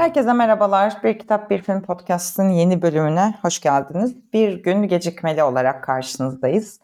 Herkese merhabalar. Bir Kitap Bir Film Podcast'ın yeni bölümüne hoş geldiniz. Bir gün gecikmeli olarak karşınızdayız.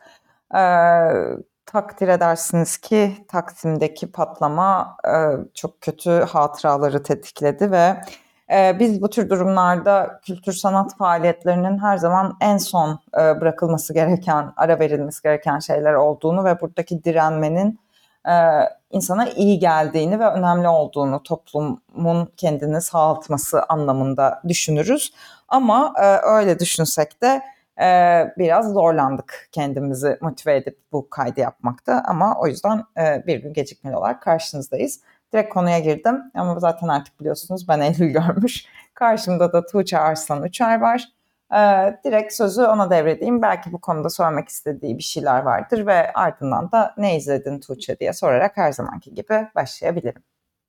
Takdir edersiniz ki Taksim'deki patlama çok kötü hatıraları tetikledi ve biz bu tür durumlarda kültür sanat faaliyetlerinin her zaman en son bırakılması gereken, ara verilmesi gereken şeyler olduğunu ve buradaki direnmenin insana iyi geldiğini ve önemli olduğunu toplumun kendini sağaltması anlamında düşünürüz. Ama öyle düşünsek de biraz zorlandık kendimizi motive edip bu kaydı yapmakta. Ama o yüzden bir gün gecikmeli olarak karşınızdayız. Direkt konuya girdim ama zaten artık biliyorsunuz ben Eylül görmüş. Karşımda da Tuğçe Arslan Uçar var. Direkt sözü ona devredeyim. Belki bu konuda sormak istediği bir şeyler vardır ve ardından da ne izledin Tuğçe diye sorarak her zamanki gibi başlayabilirim.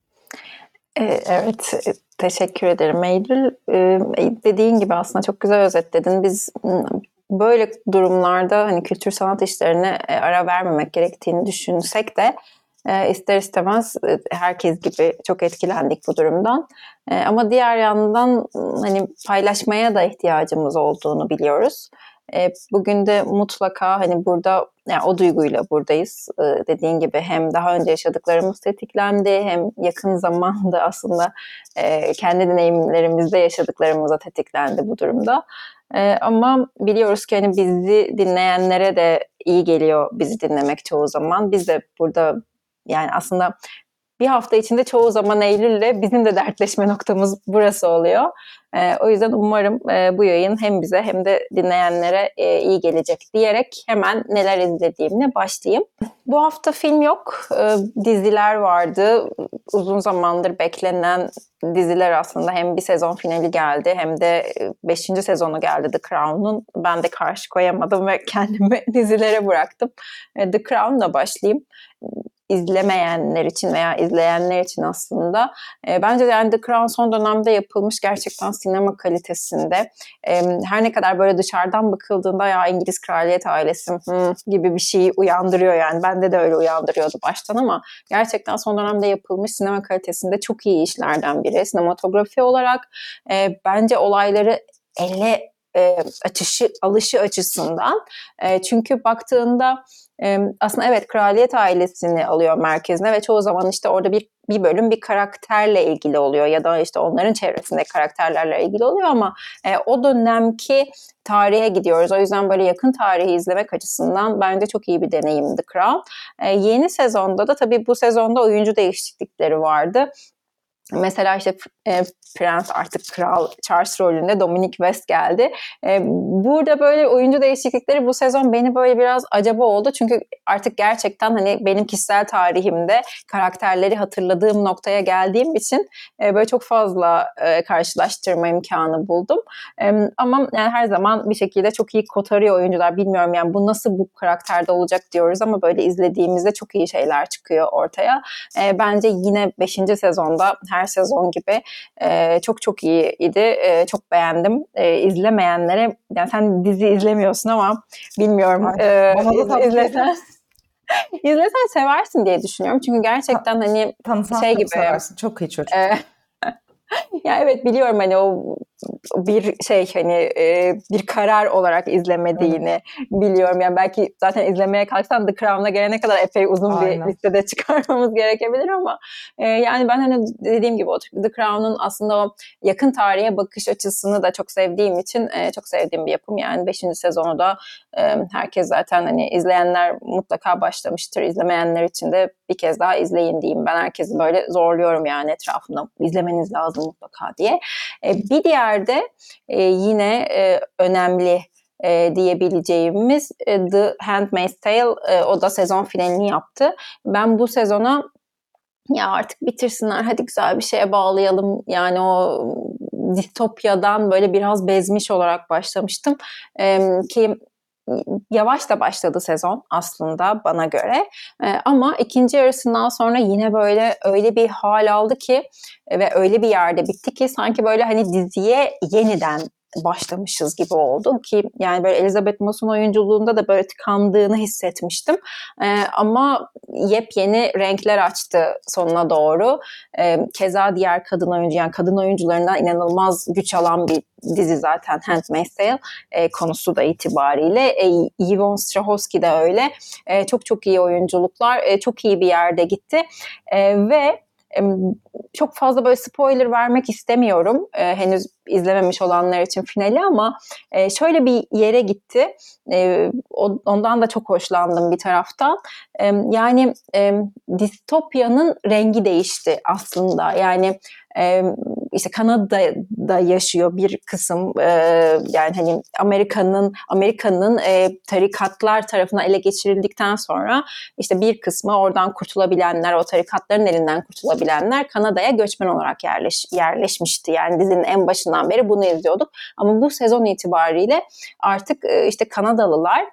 Evet, teşekkür ederim Eylül. Dediğin gibi aslında çok güzel özetledin. Biz böyle durumlarda hani kültür sanat işlerine ara vermemek gerektiğini düşünsek de ister istemez herkes gibi çok etkilendik bu durumdan. Ama diğer yandan hani paylaşmaya da ihtiyacımız olduğunu biliyoruz. Bugün de mutlaka hani burada yani o duyguyla buradayız. Dediğin gibi hem daha önce yaşadıklarımız tetiklendi hem yakın zamanda aslında kendi deneyimlerimizde yaşadıklarımıza tetiklendi bu durumda. Ama biliyoruz ki hani bizi dinleyenlere de iyi geliyor bizi dinlemek çoğu zaman. Biz de burada yani aslında bir hafta içinde çoğu zaman Eylül'le bizim de dertleşme noktamız burası oluyor. O yüzden umarım bu yayın hem bize hem de dinleyenlere iyi gelecek diyerek hemen neler izlediğimle başlayayım. Bu hafta film yok, diziler vardı. Uzun zamandır beklenen diziler aslında hem bir sezon finali geldi hem de 5. sezonu geldi The Crown'un. Ben de karşı koyamadım ve kendimi dizilere bıraktım. The Crown'la başlayayım. İzlemeyenler için veya izleyenler için aslında bence yani The Crown son dönemde yapılmış gerçekten sinema kalitesinde. Her ne kadar böyle dışarıdan bakıldığında ya İngiliz kraliyet ailesi gibi bir şeyi uyandırıyor yani. Bende de öyle uyandırıyordu baştan ama gerçekten son dönemde yapılmış sinema kalitesinde çok iyi işlerden biri. Sinematografi olarak bence olayları ele alışı açısından. Çünkü baktığında aslında evet kraliyet ailesini alıyor merkezine ve çoğu zaman işte orada bir bölüm bir karakterle ilgili oluyor ya da işte onların çevresinde karakterlerle ilgili oluyor ama o dönemki tarihe gidiyoruz. O yüzden böyle yakın tarihi izlemek açısından bence çok iyi bir deneyim The Crown. Yeni sezonda da tabii bu sezonda oyuncu değişiklikleri vardı. Mesela işte Prens artık Kral Charles rolünde Dominic West geldi. Burada böyle oyuncu değişiklikleri bu sezon beni böyle biraz acaba oldu. Çünkü artık gerçekten hani benim kişisel tarihimde karakterleri hatırladığım noktaya geldiğim için böyle çok fazla karşılaştırma imkanı buldum. Ama yani her zaman bir şekilde çok iyi kotarıyor oyuncular. Bilmiyorum yani bu nasıl bu karakterde olacak diyoruz ama böyle izlediğimizde çok iyi şeyler çıkıyor ortaya. Bence yine 5. sezonda her sezon gibi çok çok iyiydi. Çok beğendim. İzlemeyenlere yani sen dizi izlemiyorsun ama bilmiyorum. Bana da izlesen izlesen seversin diye düşünüyorum. Çünkü gerçekten hani Tanısan şey çok gibi seversin. Çok iyi çocuk. ya evet biliyorum hani o bir şey hani bir karar olarak izlemediğini biliyorum. Yani belki zaten izlemeye kalksan The Crown'a gelene kadar epey uzun bir listede çıkarmamız gerekebilir ama yani ben hani dediğim gibi o The Crown'un aslında o yakın tarihe bakış açısını da çok sevdiğim için çok sevdiğim bir yapım. Yani 5. sezonu da herkes zaten hani izleyenler mutlaka başlamıştır. İzlemeyenler için de bir kez daha izleyin diyeyim. Ben herkesi böyle zorluyorum yani etrafımda izlemeniz lazım mutlaka diye. Bir diğer de yine önemli diyebileceğimiz The Handmaid's Tale o da sezon finalini yaptı. Ben bu sezona ya artık bitirsinler hadi güzel bir şeye bağlayalım yani o distopyadan böyle biraz bezmiş olarak başlamıştım ki yavaş da başladı sezon aslında bana göre ama ikinci yarısından sonra yine böyle öyle bir hal aldı ki ve öyle bir yerde bitti ki sanki böyle hani diziye yeniden başlamışız gibi oldu ki yani böyle Elizabeth Moss'un oyunculuğunda da böyle tıkandığını hissetmiştim. Ama yepyeni renkler açtı sonuna doğru. Keza diğer kadın oyuncu, yani kadın oyuncularından inanılmaz güç alan bir dizi zaten Handmaid's Tale konusu da itibariyle. Yvonne Strahovski de öyle. Çok çok iyi oyunculuklar, çok iyi bir yerde gitti. Ve çok fazla böyle spoiler vermek istemiyorum. Henüz izlememiş olanlar için finali ama şöyle bir yere gitti. Ondan da çok hoşlandım bir taraftan. Yani distopyanın rengi değişti aslında. Yani işte Kanada'da yaşıyor bir kısım, yani hani Amerika'nın tarikatlar tarafından ele geçirildikten sonra işte bir kısmı oradan kurtulabilenler, o tarikatların elinden kurtulabilenler Kanada'ya göçmen olarak yerleşmişti. Yani dizinin en başından beri bunu izliyorduk. Ama bu sezon itibariyle artık işte Kanadalılar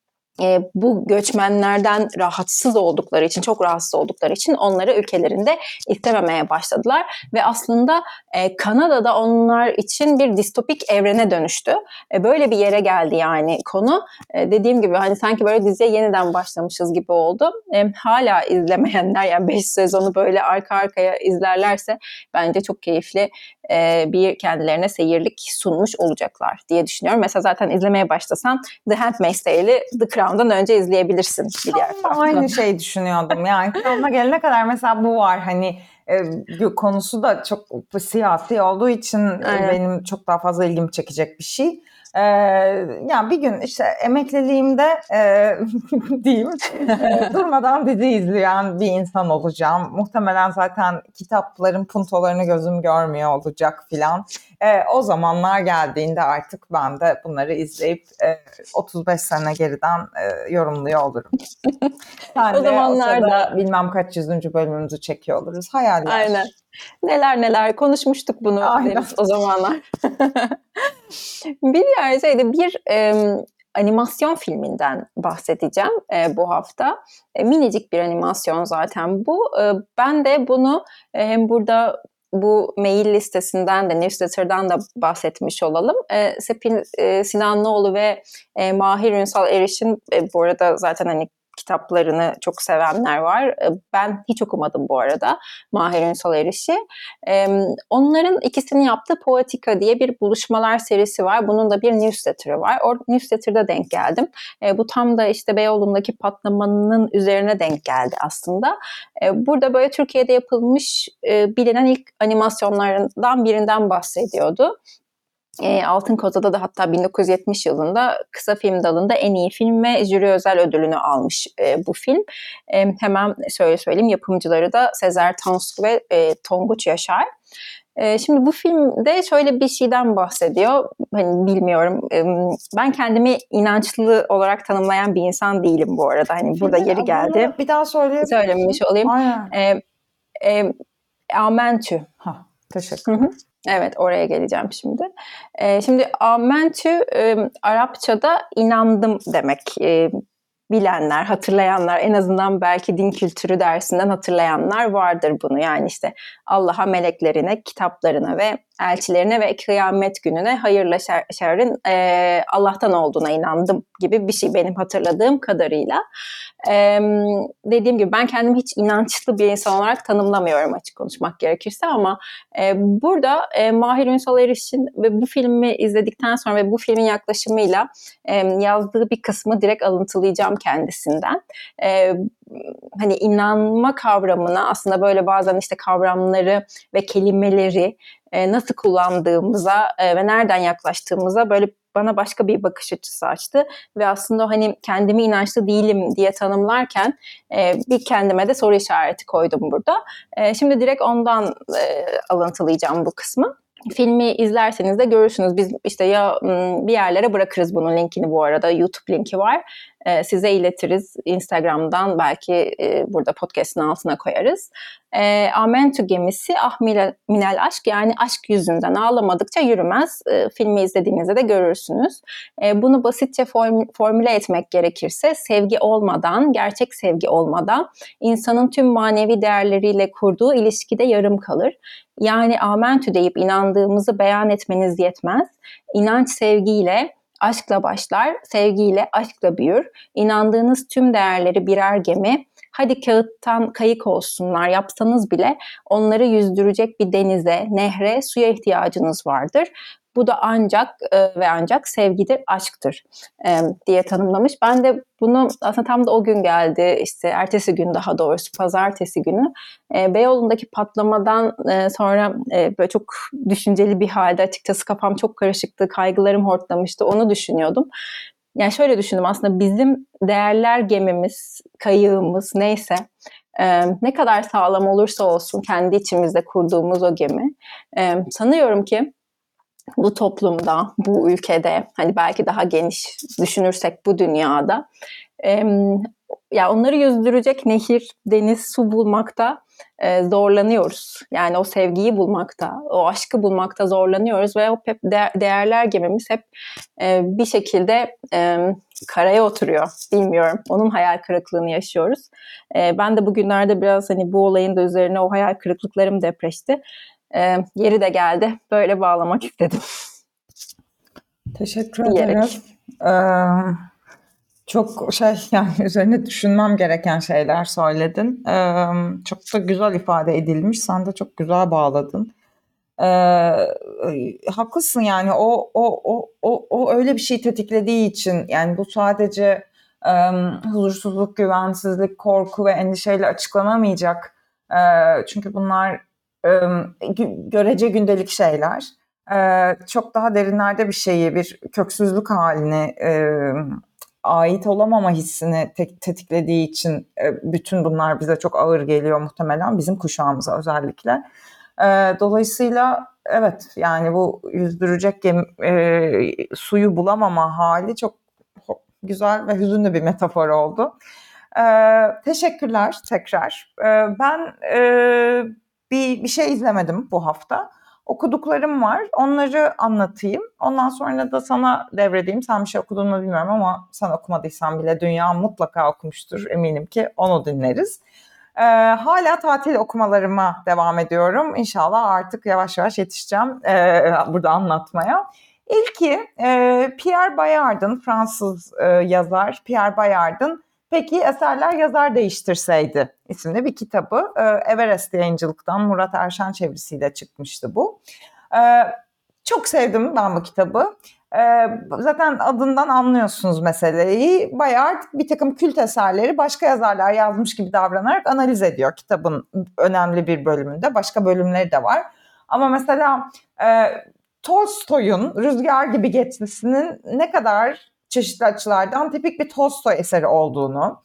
bu göçmenlerden çok rahatsız oldukları için onları ülkelerinde istememeye başladılar. Ve aslında Kanada'da onlar için bir distopik evrene dönüştü. Böyle bir yere geldi yani konu. Dediğim gibi hani sanki böyle diziye yeniden başlamışız gibi oldu. Hala izlemeyenler, yani 5 sezonu böyle arka arkaya izlerlerse bence çok keyifli bir kendilerine seyirlik sunmuş olacaklar diye düşünüyorum. Mesela zaten izlemeye başlasan The Handmaid's Tale'i The Crown'dan önce izleyebilirsin bir diğer taraftan. Aynı şey düşünüyordum. Yani Crown'a gelene kadar mesela bu var. Hani konusu da çok siyasi olduğu için benim çok daha fazla ilgimi çekecek bir şey. Yani bir gün işte emekliliğimde diyeyim durmadan dizi izleyen bir insan olacağım. Muhtemelen zaten kitapların puntolarını gözüm görmüyor olacak filan. O zamanlar geldiğinde artık ben de bunları izleyip 35 sene geriden yorumluyor olurum. Sen o de zamanlarda bilmem kaç yüzüncü bölümümüzü çekiyor oluruz. Hayaller. Aynen. Neler konuşmuştuk bunu deriz o zamanlar. Bir diğer şey de bir animasyon filminden bahsedeceğim bu hafta. Minicik bir animasyon zaten bu. Ben de bunu hem burada bu mail listesinden de, newsletter'dan da bahsetmiş olalım. Sepin Sinanlıoğlu ve Mahir Ünsal Eriş'in bu arada zaten hani kitaplarını çok sevenler var. Ben hiç okumadım bu arada Mahir Ünsal Eriş'i. Onların ikisinin yaptığı Poetika diye bir buluşmalar serisi var. Bunun da bir newsletter'ı var. O newsletter'da denk geldim. Bu tam da işte Beyoğlu'ndaki patlamanın üzerine denk geldi aslında. Burada böyle Türkiye'de yapılmış bilinen ilk animasyonlardan birinden bahsediyordu. Altın Koza'da da hatta 1970 yılında kısa film dalında en iyi film ve jüri özel ödülünü almış bu film. Hemen şöyle söyleyeyim, yapımcıları da Sezer Tansu ve Tonguç Yaşar. Şimdi bu filmde şöyle bir şeyden bahsediyor. Hani bilmiyorum. Ben kendimi inançlı olarak tanımlayan bir insan değilim bu arada. Hani burada yeri geldi. Bir daha söylemiş olayım. Amentü. Teşekkür ederim. Evet, oraya geleceğim şimdi. Şimdi amentü Arapçada inandım demek. Bilenler, hatırlayanlar, en azından belki din kültürü dersinden hatırlayanlar vardır bunu. Yani işte Allah'a, meleklerine, kitaplarına ve elçilerine ve kıyamet gününe, hayırla şerrin Allah'tan olduğuna inandım gibi bir şey benim hatırladığım kadarıyla. Dediğim gibi ben kendimi hiç inançlı bir insan olarak tanımlamıyorum açık konuşmak gerekirse ama burada Mahir Ünsal Eriş'in ve bu filmi izledikten sonra ve bu filmin yaklaşımıyla yazdığı bir kısmı direkt alıntılayacağım kendisinden. Hani inanma kavramına aslında böyle bazen işte kavramları ve kelimeleri nasıl kullandığımıza ve nereden yaklaştığımıza böyle bana başka bir bakış açısı açtı ve aslında hani kendimi inançlı değilim diye tanımlarken bir kendime de soru işareti koydum burada. Şimdi direkt ondan alıntılayacağım bu kısmı. Filmi izlerseniz de görürsünüz. Biz işte ya bir yerlere bırakırız bunun linkini bu arada. YouTube linki var. size iletiriz. Instagram'dan belki burada podcast'ın altına koyarız. Amentü gemisi minel aşk, yani aşk yüzünden ağlamadıkça yürümez. Filmi izlediğinizde de görürsünüz. Bunu basitçe formüle etmek gerekirse sevgi olmadan, gerçek sevgi olmadan insanın tüm manevi değerleriyle kurduğu ilişkide yarım kalır. Yani amentü deyip inandığımızı beyan etmeniz yetmez. İnanç sevgiyle, aşkla başlar, sevgiyle, aşkla büyür. İnandığınız tüm değerleri birer gemi, hadi kağıttan kayık olsunlar yapsanız bile onları yüzdürecek bir denize, nehre, suya ihtiyacınız vardır. Bu da ancak ve ancak sevgidir, aşktır diye tanımlamış. Ben de bunu aslında tam da o gün geldi, işte ertesi gün, daha doğrusu pazartesi günü. Beyoğlu'ndaki patlamadan sonra böyle çok düşünceli bir halde, açıkçası kafam çok karışıktı, kaygılarım hortlamıştı, onu düşünüyordum. Yani şöyle düşündüm, aslında bizim değerler gemimiz, kayığımız neyse, ne kadar sağlam olursa olsun kendi içimizde kurduğumuz o gemi, sanıyorum ki bu toplumda, bu ülkede, hani belki daha geniş düşünürsek bu dünyada, ya onları yüzdürecek nehir, deniz, su bulmakta zorlanıyoruz. Yani o sevgiyi bulmakta, o aşkı bulmakta zorlanıyoruz ve o hep değerler gemimiz hep bir şekilde karaya oturuyor. Bilmiyorum. Onun hayal kırıklığını yaşıyoruz. Ben de bugünlerde biraz hani bu olayın da üzerine o hayal kırıklıklarım depreşti. Yeri de geldi. Böyle bağlamak istedim. Teşekkür ederim. Diyerek. Çok yani üzerine düşünmem gereken şeyler söyledin. Çok da güzel ifade edilmiş. Sen de çok güzel bağladın. Haklısın, yani o öyle bir şey tetiklediği için, yani bu sadece huzursuzluk, güvensizlik, korku ve endişeyle açıklanamayacak. Çünkü bunlar görece gündelik şeyler. Çok daha derinlerde bir şeyi, bir köksüzlük halini, ait olamama hissini tetiklediği için bütün bunlar bize çok ağır geliyor muhtemelen, bizim kuşağımıza özellikle. Dolayısıyla evet, yani bu yüzdürecek suyu bulamama hali çok güzel ve hüzünlü bir metafor oldu. Teşekkürler tekrar. Ben bir şey izlemedim bu hafta. Okuduklarım var. Onları anlatayım. Ondan sonra da sana devredeyim. Sen bir şey okudun mu bilmiyorum ama sen okumadıysan bile dünya mutlaka okumuştur. Eminim ki onu dinleriz. Hala tatil okumalarıma devam ediyorum. İnşallah artık yavaş yavaş yetişeceğim burada anlatmaya. İlki Pierre Bayard'ın, Fransız yazar Pierre Bayard'ın "Peki Eserler Yazar Değiştirseydi" isimli bir kitabı. Everest Yayıncılık'tan Murat Erşen çevirisiyle çıkmıştı bu. Çok sevdim ben bu kitabı. Zaten adından anlıyorsunuz meseleyi. Bayard bir takım kült eserleri başka yazarlar yazmış gibi davranarak analiz ediyor kitabın önemli bir bölümünde. Başka bölümleri de var. Ama mesela Tolstoy'un Rüzgar Gibi Geçmesi'nin ne kadar çeşitli açılardan tipik bir Tolstoy eseri olduğunu,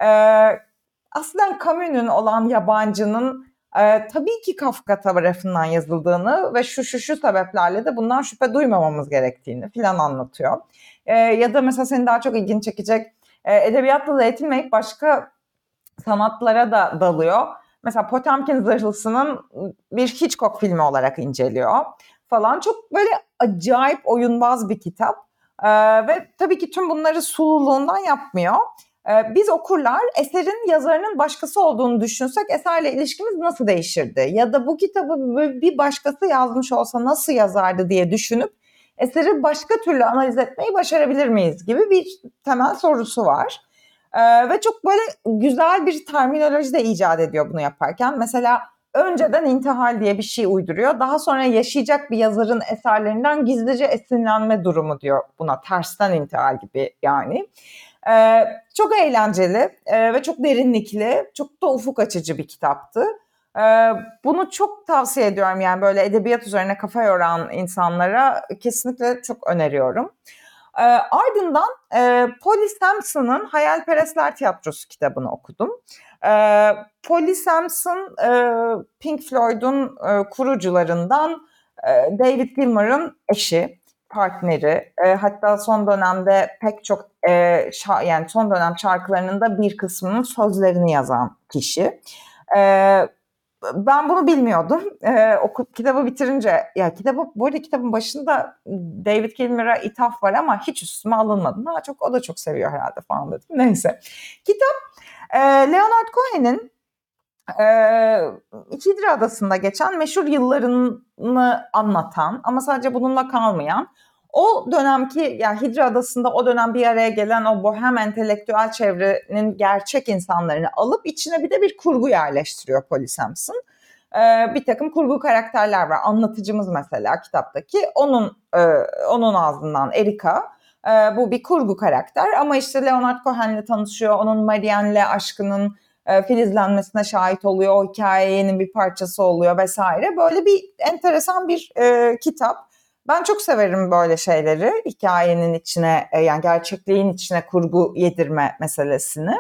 aslen Camus'un olan Yabancı'nın tabii ki Kafka tarafından yazıldığını ve şu sebeplerle de bundan şüphe duymamamız gerektiğini filan anlatıyor. Ya da mesela senin daha çok ilgini çekecek, edebiyatla da yetinmeyip başka sanatlara da dalıyor. Mesela Potemkin Zırhlısı'nın bir Hitchcock filmi olarak inceliyor falan. Çok böyle acayip oyunbaz bir kitap. Ve tabii ki tüm bunları sululuğundan yapmıyor. Biz okurlar eserin yazarının başkası olduğunu düşünsek eserle ilişkimiz nasıl değişirdi? Ya da bu kitabı bir başkası yazmış olsa nasıl yazardı diye düşünüp eseri başka türlü analiz etmeyi başarabilir miyiz gibi bir temel sorusu var. Ve çok böyle güzel bir terminoloji de icat ediyor bunu yaparken. Mesela önceden intihal diye bir şey uyduruyor. Daha sonra yaşayacak bir yazarın eserlerinden gizlice esinlenme durumu diyor buna. Tersten intihal gibi yani. Çok eğlenceli ve çok derinlikli, çok da ufuk açıcı bir kitaptı. Bunu çok tavsiye ediyorum, yani böyle edebiyat üzerine kafa yoran insanlara kesinlikle çok öneriyorum. Ardından Polly Sampson'ın Hayalperestler Tiyatrosu kitabını okudum. Polly Sampson, Pink Floyd'un kurucularından David Gilmour'un eşi. partneri, hatta son dönemde pek çok yani son dönem şarkılarının da bir kısmının sözlerini yazan kişi. Ben bunu bilmiyordum. Kitabı bitirince, ya bu arada kitabın başında David Gilmour'a ithaf var ama hiç üstüme alınmadı. O da çok seviyor herhalde falan dedim. Neyse. Kitap Leonard Cohen'in Hidra Adası'nda geçen meşhur yıllarını anlatan ama sadece bununla kalmayan, o dönemki, yani Hidra Adası'nda o dönem bir araya gelen o bohem entelektüel çevrenin gerçek insanlarını alıp içine bir de bir kurgu yerleştiriyor Polly Sampson. Bir takım kurgu karakterler var. Anlatıcımız mesela kitaptaki onun ağzından Erika. Bu bir kurgu karakter ama işte Leonard Cohen'le tanışıyor. Onun Marianne'le aşkının filizlenmesine şahit oluyor. O hikayenin bir parçası oluyor vesaire. Böyle bir enteresan bir kitap. Ben çok severim böyle şeyleri. Hikayenin içine, yani gerçekliğin içine kurgu yedirme meselesini.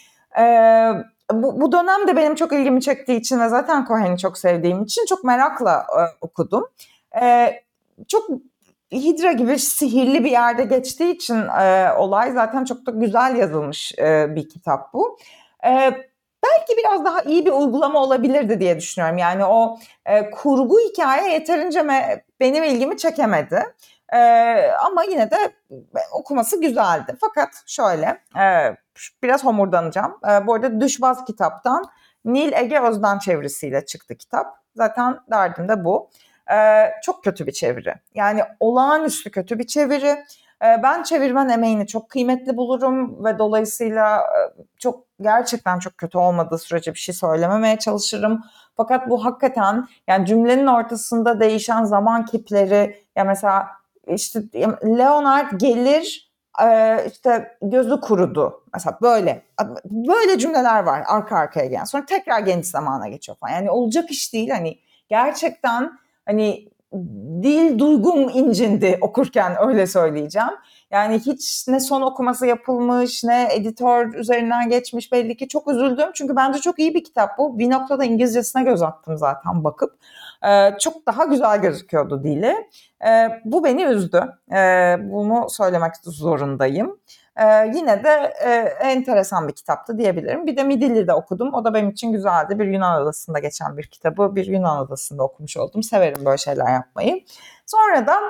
Bu dönem de benim çok ilgimi çektiği için ve zaten Cohen'i çok sevdiğim için çok merakla okudum. Çok Hidra gibi sihirli bir yerde geçtiği için olay, zaten çok da güzel yazılmış bir kitap bu. Belki biraz daha iyi bir uygulama olabilirdi diye düşünüyorum. Yani o kurgu hikaye yeterince benim ilgimi çekemedi. Ama yine de okuması güzeldi. Fakat şöyle, biraz homurdanacağım. Bu arada Düşbaz kitaptan Nil Ege Özden çevirisiyle çıktı kitap. Zaten derdim de bu. Çok kötü bir çeviri. Yani olağanüstü kötü bir çeviri. Ben çevirmen emeğini çok kıymetli bulurum ve dolayısıyla gerçekten çok kötü olmadığı sürece bir şey söylememeye çalışırım. Fakat bu hakikaten, yani cümlenin ortasında değişen zaman kipleri, ya mesela işte Leonard gelir, işte gözü kurudu. Mesela böyle cümleler var arka arkaya gelen. Sonra tekrar geniş zamana geçiyor falan. Yani olacak iş değil. Hani gerçekten hani dil duygum incindi okurken, öyle söyleyeceğim. Yani hiç ne son okuması yapılmış ne editör üzerinden geçmiş, belli ki. Çok üzüldüm çünkü bence çok iyi bir kitap bu. Bir noktada İngilizcesine göz attım zaten bakıp. Çok daha güzel gözüküyordu dili. Bu beni üzdü. Bunu söylemek zorundayım. Yine de enteresan bir kitaptı diyebilirim. Bir de Midilli'de okudum. O da benim için güzeldi. Bir Yunan adasında geçen bir kitabı bir Yunan adasında okumuş oldum. Severim böyle şeyler yapmayı. Sonra da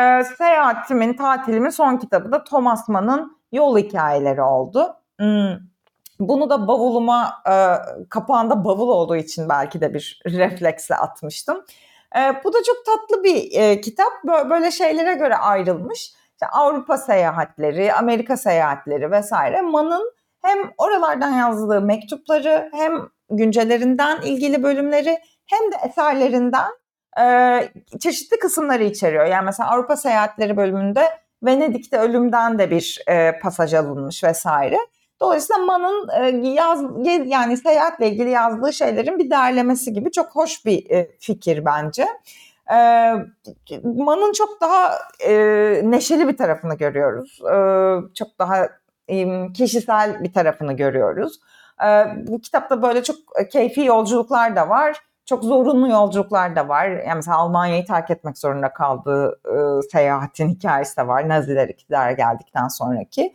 tatilimin son kitabı da Thomas Mann'ın Yol Hikayeleri oldu. Bunu da bavuluma, kapağında bavul olduğu için belki de bir refleksle atmıştım. Bu da çok tatlı bir kitap. Böyle şeylere göre ayrılmış. İşte Avrupa seyahatleri, Amerika seyahatleri vesaire. Mann'ın hem oralardan yazdığı mektupları, hem güncellerinden ilgili bölümleri, hem de eserlerinden çeşitli kısımları içeriyor. Yani mesela Avrupa seyahatleri bölümünde Venedik'te ölümden de bir pasaj alınmış vesaire. Dolayısıyla Mann'ın yani seyahatle ilgili yazdığı şeylerin bir derlemesi gibi çok hoş bir fikir bence. Mann'ın çok daha neşeli bir tarafını görüyoruz. Çok daha kişisel bir tarafını görüyoruz. Bu kitapta böyle çok keyfi yolculuklar da var. Çok zorunlu yolculuklar da var. Yani mesela Almanya'yı terk etmek zorunda kaldığı seyahatin hikayesi de var. Naziler iktidara geldikten sonraki.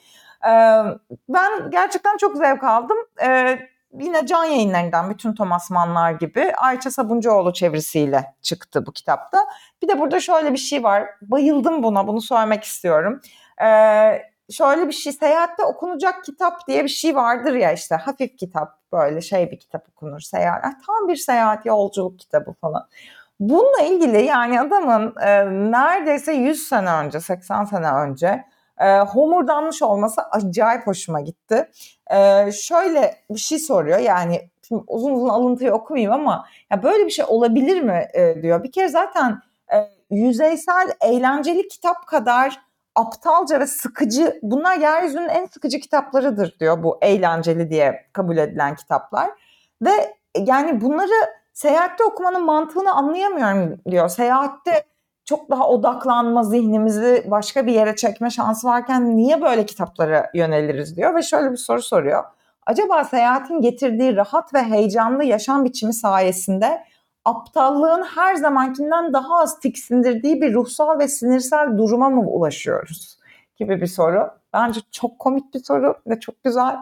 Ben gerçekten çok zevk aldım. Yine Can Yayınları'ndan bütün Thomas Mann'lar gibi Ayça Sabuncuoğlu çevirisiyle çıktı bu kitapta. Bir de burada şöyle bir şey var. Bayıldım buna. Bunu söylemek istiyorum. Şöyle bir şey, seyahatte okunacak kitap diye bir şey vardır ya, işte hafif kitap, böyle bir kitap okunur, seyahat. Tam bir seyahat, yolculuk kitabı falan. Bununla ilgili yani adamın neredeyse 100 sene önce, 80 sene önce homurdanmış olması acayip hoşuma gitti. Şöyle bir şey soruyor, yani şimdi uzun uzun alıntıyı okumayayım ama ya böyle bir şey olabilir mi diyor. Bir kere zaten yüzeysel, eğlenceli kitap kadar aptalca ve sıkıcı, bunlar yeryüzünün en sıkıcı kitaplarıdır diyor, bu eğlenceli diye kabul edilen kitaplar. Ve yani bunları seyahatte okumanın mantığını anlayamıyorum diyor. Seyahatte çok daha odaklanma, zihnimizi başka bir yere çekme şansı varken niye böyle kitaplara yöneliriz diyor ve şöyle bir soru soruyor. Acaba seyahatin getirdiği rahat ve heyecanlı yaşam biçimi sayesinde aptallığın her zamankinden daha az tiksindirdiği bir ruhsal ve sinirsel duruma mı ulaşıyoruz gibi bir soru. Bence çok komik bir soru ve çok güzel.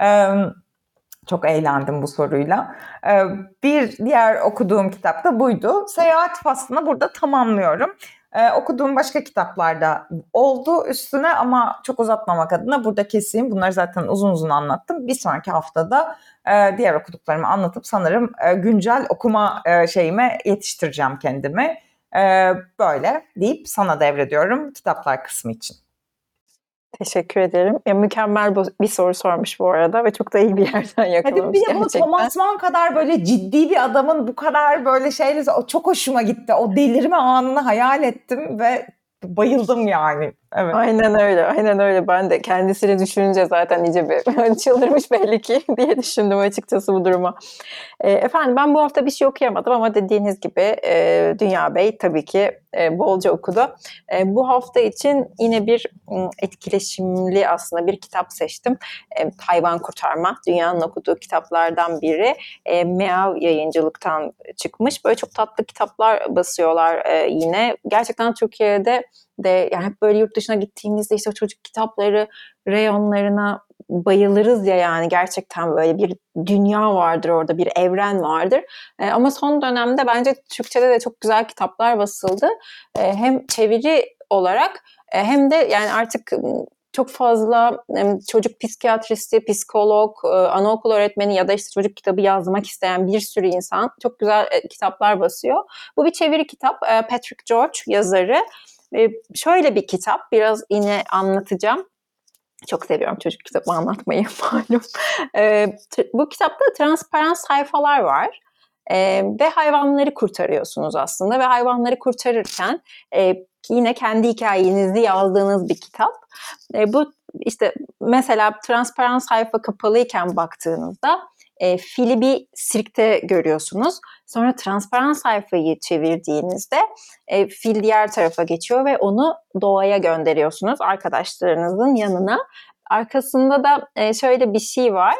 Çok eğlendim bu soruyla. Bir diğer okuduğum kitap da buydu. Seyahat faslını burada tamamlıyorum. Okuduğum başka kitaplarda oldu üstüne ama çok uzatmamak adına burada keseyim. Bunları zaten uzun uzun anlattım. Bir sonraki haftada diğer okuduklarımı anlatıp sanırım güncel okuma şeyime yetiştireceğim kendimi. Böyle deyip sana devrediyorum kitaplar kısmı için. Teşekkür ederim. Ya, mükemmel bir soru sormuş bu arada ve çok da iyi bir yerden yakalamış Bir de bunu gerçekten. Thomas Mann kadar böyle ciddi bir adamın bu kadar böyle şeyle çok hoşuma gitti. O delirme anını hayal ettim ve bayıldım yani. Evet. Aynen öyle, aynen öyle. Ben de kendisini düşününce zaten iyice bir çıldırmış belli ki diye düşündüm açıkçası bu duruma. Efendim ben bu hafta bir şey okuyamadım ama dediğiniz gibi Dünya Bey tabii ki bolca okudu. Bu hafta için yine bir etkileşimli aslında bir kitap seçtim. Hayvan Kurtarma, dünyanın okuduğu kitaplardan biri. Meav Yayıncılık'tan çıkmış. Böyle çok tatlı kitaplar basıyorlar yine. Gerçekten Türkiye'de de yani hep böyle yurt dışına gittiğimizde işte o çocuk kitapları reyonlarına bayılırız ya, yani gerçekten böyle bir dünya vardır orada, bir evren vardır. Ama son dönemde bence Türkçe'de de çok güzel kitaplar basıldı. Hem çeviri olarak hem de yani artık çok fazla çocuk psikiyatristi, psikolog, anaokul öğretmeni ya da işte çocuk kitabı yazmak isteyen bir sürü insan çok güzel kitaplar basıyor. Bu bir çeviri kitap. Patrick George yazarı. Şöyle bir kitap, biraz yine anlatacağım. Çok seviyorum çocuk kitabı anlatmayı malum. Bu kitapta transparan sayfalar var. Ve hayvanları kurtarıyorsunuz aslında ve hayvanları kurtarırken yine kendi hikayenizi yazdığınız bir kitap. Bu işte mesela transparan sayfa kapalıyken baktığınızda fili bir sirkte görüyorsunuz. Sonra transparan sayfayı çevirdiğinizde fil diğer tarafa geçiyor ve onu doğaya gönderiyorsunuz, arkadaşlarınızın yanına. Arkasında da şöyle bir şey var.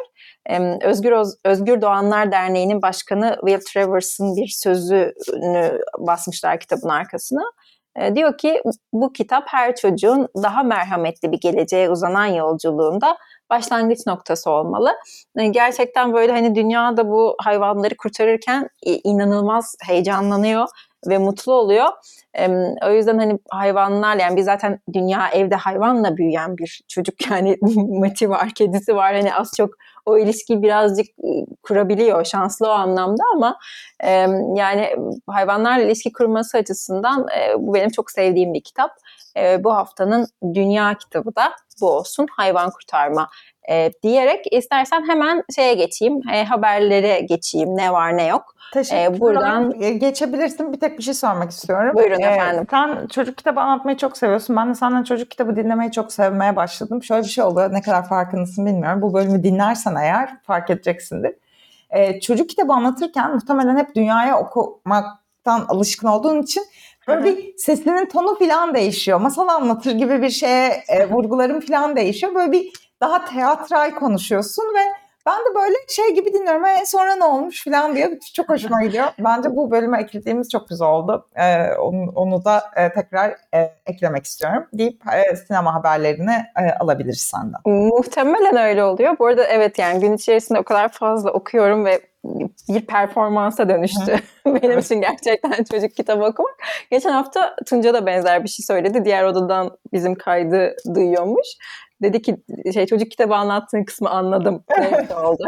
Özgür Doğanlar Derneği'nin başkanı Will Travers'ın bir sözünü basmışlar kitabın arkasına. Diyor ki bu kitap her çocuğun daha merhametli bir geleceğe uzanan yolculuğunda başlangıç noktası olmalı. Gerçekten böyle hani dünyada bu hayvanları kurtarırken inanılmaz heyecanlanıyor ve mutlu oluyor. O yüzden hani hayvanlar, yani biz zaten dünya evde hayvanla büyüyen bir çocuk, yani Mati var, kedisi var, hani az çok o ilişkiyi birazcık kurabiliyor, şanslı o anlamda ama yani hayvanlarla ilişki kurması açısından bu benim çok sevdiğim bir kitap. Bu haftanın dünya kitabı da bu olsun, Hayvan Kurtarma diyerek istersen hemen şeye geçeyim, haberlere geçeyim, ne var ne yok. Teşekkürler. Buradan geçebilirsin. Bir tek bir şey sormak istiyorum. Buyurun efendim. Sen çocuk kitabı anlatmayı çok seviyorsun. Ben de senden çocuk kitabı dinlemeyi çok sevmeye başladım. Şöyle bir şey oluyor. Ne kadar farkındasın bilmiyorum. Bu bölümü dinlersen eğer fark edeceksindir. Çocuk kitabı anlatırken muhtemelen hep dünyaya okumaktan alışkın olduğun için böyle bir sesinin tonu falan değişiyor. Masal anlatır gibi bir şeye vurgularım falan değişiyor. Böyle bir daha teatral konuşuyorsun ve ben de böyle şey gibi dinliyorum. Sonra ne olmuş falan diye çok hoşuma gidiyor. Bence bu bölüme eklediğimiz çok güzel oldu. Onu da tekrar eklemek istiyorum deyip sinema haberlerini alabiliriz senden. Muhtemelen öyle oluyor. Bu arada evet, yani gün içerisinde o kadar fazla okuyorum ve bir performansa dönüştü benim için gerçekten çocuk kitabı okumak. Geçen hafta Tunca da benzer bir şey söyledi. Diğer odadan bizim kaydı duyuyormuş. Dedi ki çocuk kitabı anlattığın kısmı anladım. Neyse oldu.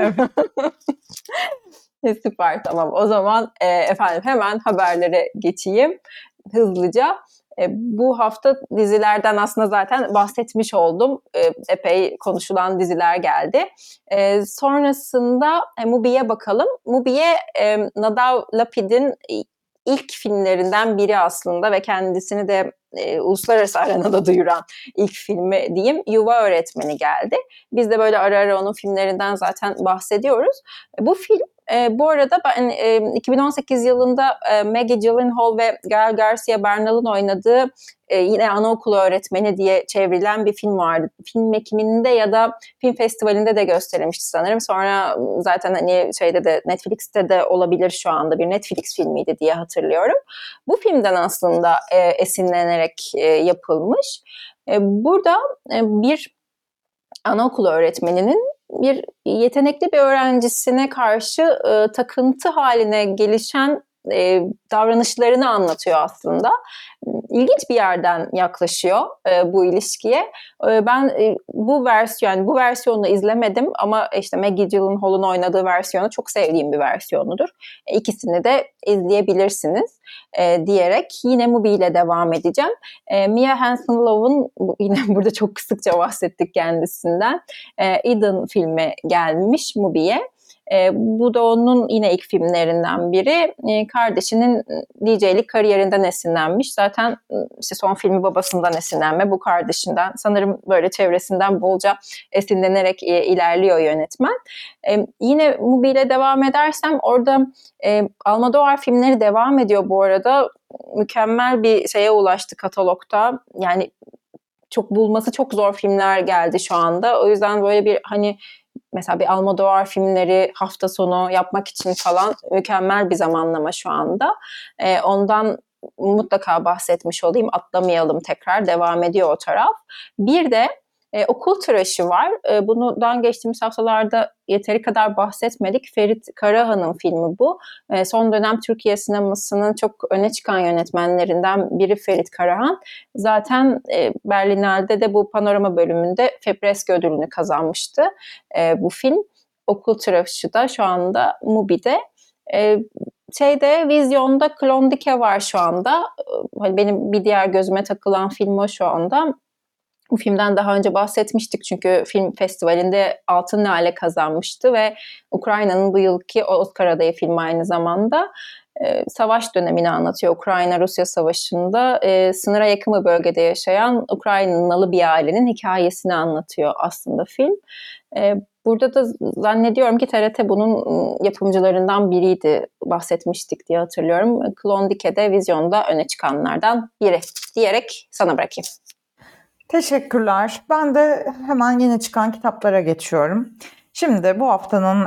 Süper, tamam. O zaman efendim hemen haberlere geçeyim hızlıca. Bu hafta dizilerden aslında zaten bahsetmiş oldum. Epey konuşulan diziler geldi. Sonrasında Mubi'ye bakalım. Mubi'ye Nadav Lapid'in ilk filmlerinden biri aslında ve kendisini de uluslararası arenada duyuran ilk filmi diyeyim, Yuva Öğretmeni geldi. Biz de böyle ara ara onun filmlerinden zaten bahsediyoruz. Bu film Bu arada ben 2018 yılında Maggie Gyllenhaal ve Gael Garcia Bernal'ın oynadığı yine anaokulu öğretmeni diye çevrilen bir film vardı. Film ekiminde ya da film festivalinde de gösterilmişti sanırım. Sonra zaten hani şeyde de Netflix'te de olabilir şu anda, bir Netflix filmiydi diye hatırlıyorum. Bu filmden aslında esinlenerek yapılmış. Burada bir anaokulu öğretmeninin bir yetenekli bir öğrencisine karşı takıntı haline gelişen davranışlarını anlatıyor aslında. İlginç bir yerden yaklaşıyor bu ilişkiye. Ben bu versiyonu izlemedim ama işte Maggie Gyllenhaal'ın oynadığı versiyonu çok sevdiğim bir versiyonudur. İkisini de izleyebilirsiniz diyerek yine Mubi ile devam edeceğim. Mia Hansen-Løve'ın yine burada çok sıkça bahsettik kendisinden. Eden filmi gelmiş Mubi'ye. Bu da onun yine ilk filmlerinden biri. Kardeşinin DJ'lik kariyerinden esinlenmiş. Zaten işte son filmi babasından esinlenme, bu kardeşinden. Sanırım böyle çevresinden bolca esinlenerek ilerliyor yönetmen. Yine Mubi ile devam edersem orada Almodovar filmleri devam ediyor bu arada. Mükemmel bir şeye ulaştı katalogta. Yani çok bulması çok zor filmler geldi şu anda. O yüzden böyle bir hani mesela bir Almodovar filmleri hafta sonu yapmak için falan mükemmel bir zamanlama şu anda. Ondan mutlaka bahsetmiş olayım. Atlamayalım, tekrar devam ediyor o taraf. Bir de Okul Tıraşı var. Bundan geçtiğimiz haftalarda yeteri kadar bahsetmedik. Ferit Karahan'ın filmi bu. Son dönem Türkiye sinemasının çok öne çıkan yönetmenlerinden biri Ferit Karahan. Zaten Berlinale'de de bu panorama bölümünde Fepreske ödülünü kazanmıştı bu film. Okul Tıraşı da şu anda Mubi'de. Vizyonda Klondike var şu anda. Benim bir diğer gözüme takılan film o şu anda. Bu filmden daha önce bahsetmiştik çünkü film festivalinde Altın Lale kazanmıştı ve Ukrayna'nın bu yılki Oscar adayı filmi aynı zamanda. Savaş dönemini anlatıyor. Ukrayna-Rusya Savaşı'nda sınıra yakın bir bölgede yaşayan Ukraynalı bir ailenin hikayesini anlatıyor aslında film. Burada da zannediyorum ki TRT bunun yapımcılarından biriydi, bahsetmiştik diye hatırlıyorum. Klondike'de vizyonda öne çıkanlardan biri diyerek sana bırakayım. Teşekkürler. Ben de hemen yeni çıkan kitaplara geçiyorum. Şimdi bu haftanın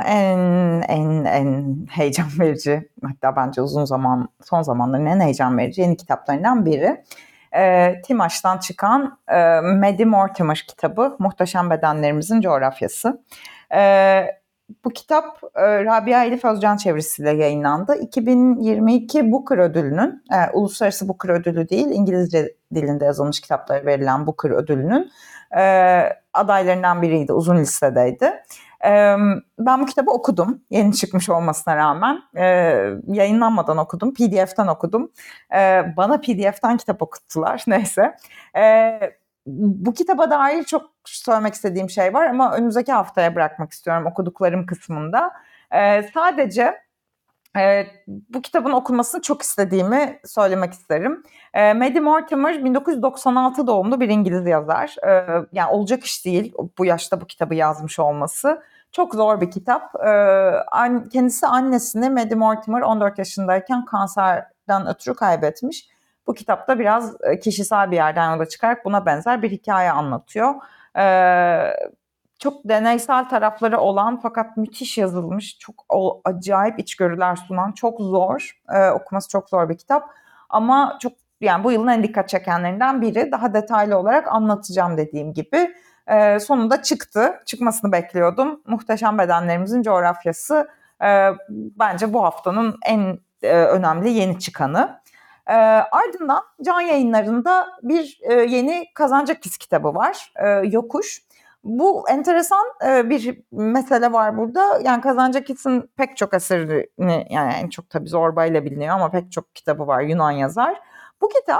en heyecan verici, hatta bence son zamanların en heyecan verici yeni kitaplarından biri. Timaş'tan çıkan Maddie Mortimer kitabı, Muhteşem Bedenlerimizin Coğrafyası. Bu kitap Rabia Elif Özcan çevirisiyle yayınlandı. 2022 Booker Ödülü'nün, uluslararası Booker Ödülü değil, İngilizce dilinde yazılmış kitaplara verilen Booker Ödülü'nün adaylarından biriydi, uzun listedeydi. Ben bu kitabı okudum, yeni çıkmış olmasına rağmen. Yayınlanmadan okudum, PDF'ten okudum. Bana PDF'ten kitap okuttular, neyse. Bu kitaba dair çok söylemek istediğim şey var ama önümüzdeki haftaya bırakmak istiyorum okuduklarım kısmında. Sadece bu kitabın okunmasını çok istediğimi söylemek isterim. Maddie Mortimer 1996 doğumlu bir İngiliz yazar. Yani olacak iş değil bu yaşta bu kitabı yazmış olması. Çok zor bir kitap. Kendisi annesini Maddie Mortimer 14 yaşındayken kanserden ötürü kaybetmiş. Bu kitapta biraz kişisel bir yerden yola çıkarak buna benzer bir hikaye anlatıyor. Çok deneysel tarafları olan fakat müthiş yazılmış, çok acayip içgörüler sunan, çok zor, okuması çok zor bir kitap. Ama çok, yani bu yılın en dikkat çekenlerinden biri. Daha detaylı olarak anlatacağım dediğim gibi. Sonunda çıktı, çıkmasını bekliyordum. Muhteşem Bedenlerimizin Coğrafyası bence bu haftanın en önemli yeni çıkanı. Ardından Can Yayınları'nda bir yeni Kazancakis kitabı var, Yokuş. Bu enteresan bir mesele var burada. Yani Kazancakis'in pek çok eserini, yani en çok tabii Zorba biliniyor ama pek çok kitabı var, Yunan yazar. Bu kitap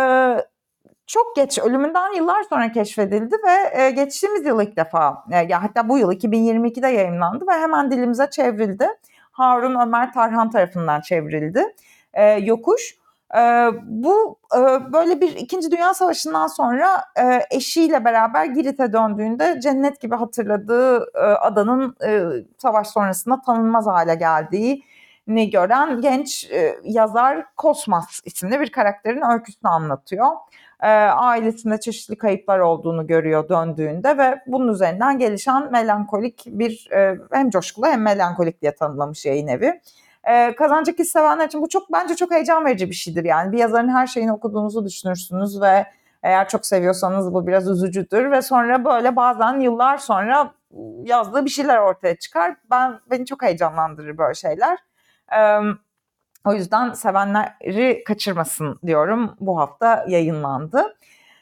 çok geç, ölümünden yıllar sonra keşfedildi ve geçtiğimiz yıl ilk defa, hatta bu yıl 2022'de yayımlandı ve hemen dilimize çevrildi. Harun Ömer Tarhan tarafından çevrildi. Yokuş. Bu böyle bir İkinci Dünya Savaşı'ndan sonra eşiyle beraber Girit'e döndüğünde cennet gibi hatırladığı adanın savaş sonrasında tanınmaz hale geldiğini gören genç yazar Kosmas isimli bir karakterin öyküsünü anlatıyor. Ailesinde çeşitli kayıplar olduğunu görüyor döndüğünde ve bunun üzerinden gelişen melankolik bir hem coşkulu hem melankolik diye tanımlamış yayın evi. Kazancı sevenler için bu bence çok heyecan verici bir şeydir. Yani bir yazarın her şeyini okuduğunuzu düşünürsünüz ve eğer çok seviyorsanız bu biraz üzücüdür ve sonra böyle bazen yıllar sonra yazdığı bir şeyler ortaya çıkar. Beni çok heyecanlandırır böyle şeyler. O yüzden sevenleri kaçırmasın diyorum. Bu hafta yayınlandı.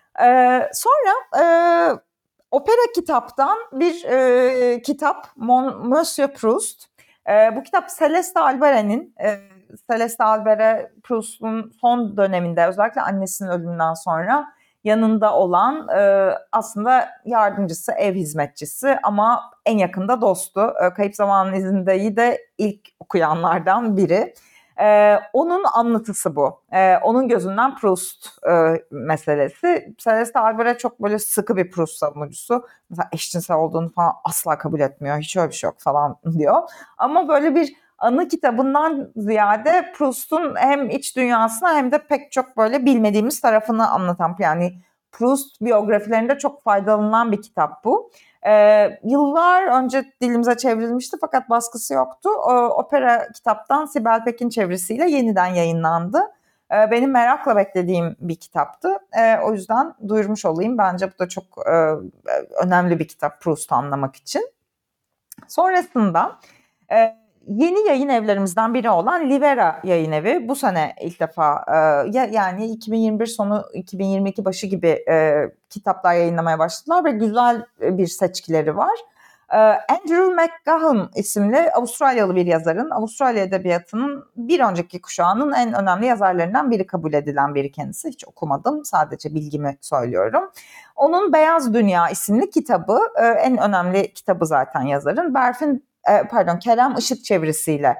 Sonra opera kitaptan bir kitap Monsieur Proust. Bu kitap Celeste Albert'in, Celeste Albert Proust'un son döneminde özellikle annesinin ölümünden sonra yanında olan aslında yardımcısı, ev hizmetçisi ama en yakında dostu. Kayıp Zamanın İzinde'yi de ilk okuyanlardan biri. Onun anlatısı bu. Onun gözünden Proust meselesi. Celeste Albert çok böyle sıkı bir Proust savunucusu. Mesela eşcinsel olduğunu falan asla kabul etmiyor. Hiç öyle bir şey yok falan diyor. Ama böyle bir anı kitabından ziyade Proust'un hem iç dünyasını hem de pek çok böyle bilmediğimiz tarafını anlatan, yani Proust biyografilerinde çok faydalanılan bir kitap bu. Yıllar önce dilimize çevrilmişti fakat baskısı yoktu. Opera kitaptan Sibel Pekin çevirisiyle yeniden yayınlandı. Benim merakla beklediğim bir kitaptı. O yüzden duyurmuş olayım. Bence bu da çok önemli bir kitap Proust'u anlamak için. Sonrasında yeni yayın evlerimizden biri olan Livera Yayın Evi bu sene ilk defa yani 2021 sonu 2022 başı gibi kitaplar yayınlamaya başladılar ve güzel bir seçkileri var. Andrew McGahon isimli Avustralyalı bir yazarın, Avustralya Edebiyatı'nın bir önceki kuşağının en önemli yazarlarından biri kabul edilen biri kendisi. Hiç okumadım, sadece bilgimi söylüyorum. Onun Beyaz Dünya isimli kitabı en önemli kitabı zaten yazarın. Kerem Işık çevirisiyle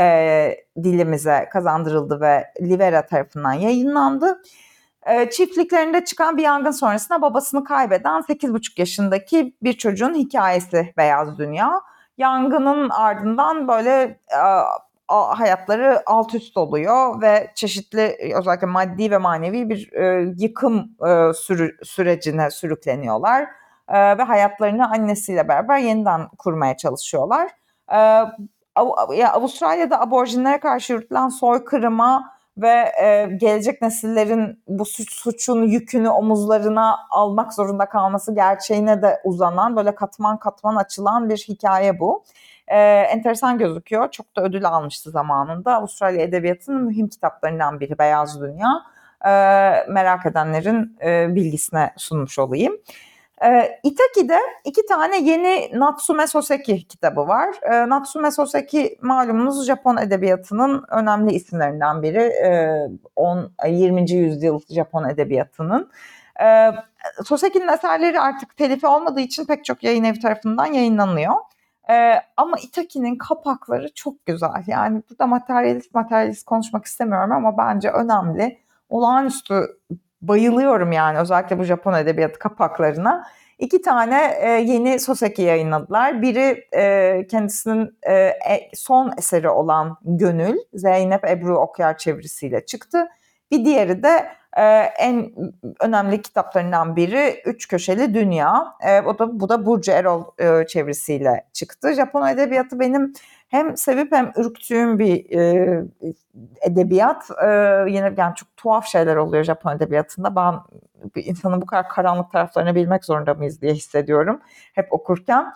dilimize kazandırıldı ve Livera tarafından yayınlandı. Çiftliklerinde çıkan bir yangın sonrasında babasını kaybeden 8,5 yaşındaki bir çocuğun hikayesi Beyaz Dünya. Yangının ardından böyle hayatları alt üst oluyor ve çeşitli özellikle maddi ve manevi bir yıkım sürecine sürükleniyorlar. Ve hayatlarını annesiyle beraber yeniden kurmaya çalışıyorlar. Avustralya'da aborjinlere karşı yürütülen soykırıma ve gelecek nesillerin bu suçun yükünü omuzlarına almak zorunda kalması gerçeğine de uzanan, böyle katman katman açılan bir hikaye bu. Enteresan gözüküyor. Çok da ödül almıştı zamanında. Avustralya Edebiyatı'nın mühim kitaplarından biri Beyaz Dünya. Merak edenlerin bilgisine sunmuş olayım. Itaki'de 2 tane yeni Natsume Soseki kitabı var. Natsume Soseki malumunuz Japon edebiyatının önemli isimlerinden biri. 20. yüzyıl Japon edebiyatının. Soseki'nin eserleri artık telifi olmadığı için pek çok yayın evi tarafından yayınlanıyor. Ama Itaki'nin kapakları çok güzel. Yani burada materyalist konuşmak istemiyorum ama bence önemli. Olağanüstü bayılıyorum yani özellikle bu Japon edebiyatı kapaklarına. 2 tane yeni Soseki yayınladılar. Biri kendisinin son eseri olan Gönül, Zeynep Ebru Okyar çevirisiyle çıktı. Bir diğeri de en önemli kitaplarından biri Üç Köşeli Dünya. Bu da Burcu Erol çevirisiyle çıktı. Japon edebiyatı benim hem sevip hem ürktüğüm bir edebiyat. Yine yani çok tuhaf şeyler oluyor Japon edebiyatında. Ben bir insanın bu kadar karanlık taraflarını bilmek zorunda mıyız diye hissediyorum hep okurken.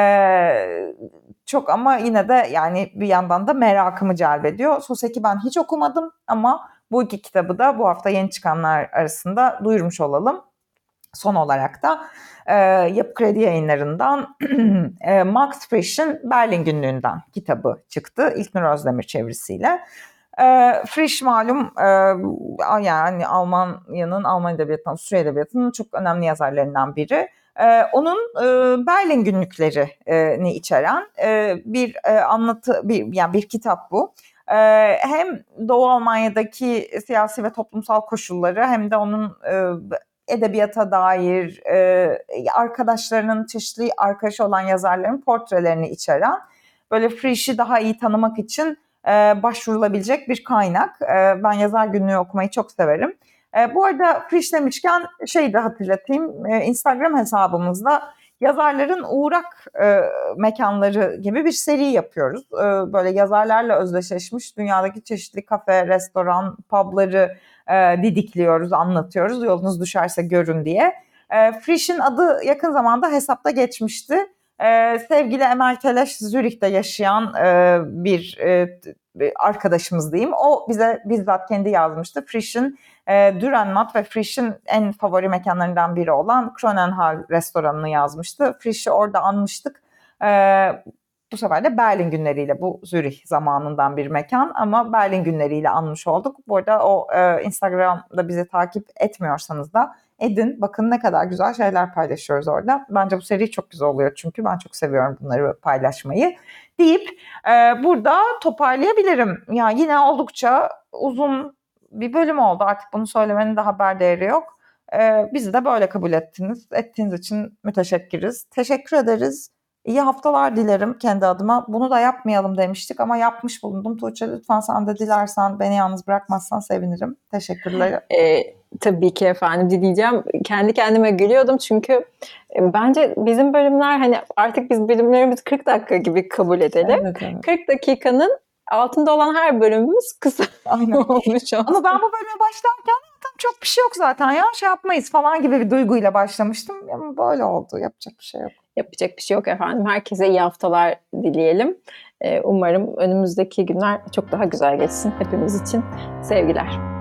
Çok ama yine de yani bir yandan da merakımı celbediyor. Soseki ben hiç okumadım ama bu 2 kitabı da bu hafta yeni çıkanlar arasında duyurmuş olalım. Son olarak da Yapı Kredi Yayınları'ndan Max Frisch'in Berlin Günlüğü'nden kitabı çıktı. İlknur Özdemir çevirisiyle. Frisch malum yani Alman edebiyatının, Avusturya edebiyatının çok önemli yazarlarından biri. Onun Berlin günlüklerini içeren bir anlatı, bir kitap bu. Hem Doğu Almanya'daki siyasi ve toplumsal koşulları hem de onun edebiyata dair arkadaşlarının çeşitli arkadaşı olan yazarların portrelerini içeren böyle Frisch'i daha iyi tanımak için başvurulabilecek bir kaynak. Ben yazar günlüğü okumayı çok severim. Bu arada Frisch demişken şeyi de hatırlatayım. Instagram hesabımızda yazarların uğrak mekanları gibi bir seri yapıyoruz. Böyle yazarlarla özdeşleşmiş dünyadaki çeşitli kafe, restoran, pubları didikliyoruz, anlatıyoruz. Yolunuz düşerse görün diye. Frisch'in adı yakın zamanda hesapta geçmişti. Sevgili Emel Keleş Zürih'te yaşayan bir arkadaşımız diyeyim. O bize bizzat kendi yazmıştı. Frisch'in Dürrenmatt ve Frisch'in en favori mekanlarından biri olan Kronenhal restoranını yazmıştı. Frisch'i orada anmıştık. Bu sefer de Berlin günleriyle, bu Zürih zamanından bir mekan ama Berlin günleriyle anmış olduk. Bu arada o Instagram'da bizi takip etmiyorsanız da edin. Bakın ne kadar güzel şeyler paylaşıyoruz orada. Bence bu seri çok güzel oluyor çünkü ben çok seviyorum bunları paylaşmayı deyip burada toparlayabilirim. Ya yine oldukça uzun bir bölüm oldu. Artık bunu söylemenin de haber değeri yok. Bizi de böyle kabul ettiniz. Ettiğiniz için müteşekkiriz. Teşekkür ederiz. İyi haftalar dilerim kendi adıma. Bunu da yapmayalım demiştik ama yapmış bulundum. Tuğçe lütfen sen de dilersen beni yalnız bırakmazsan sevinirim. Teşekkürler. Tabii ki efendim dileyeceğim. Kendi kendime gülüyordum çünkü bence bizim bölümler hani artık biz bölümlerimizi 40 dakika gibi kabul edelim. Evet, evet. 40 dakikanın altında olan her bölümümüz kısa olmuş olsun. Ama ben bu bölüme başlarken çok bir şey yok zaten ya şey yapmayız falan gibi bir duyguyla başlamıştım. Ama böyle oldu. Yapacak bir şey yok. Yapacak bir şey yok efendim. Herkese iyi haftalar dileyelim. Umarım önümüzdeki günler çok daha güzel geçsin hepimiz için. Sevgiler.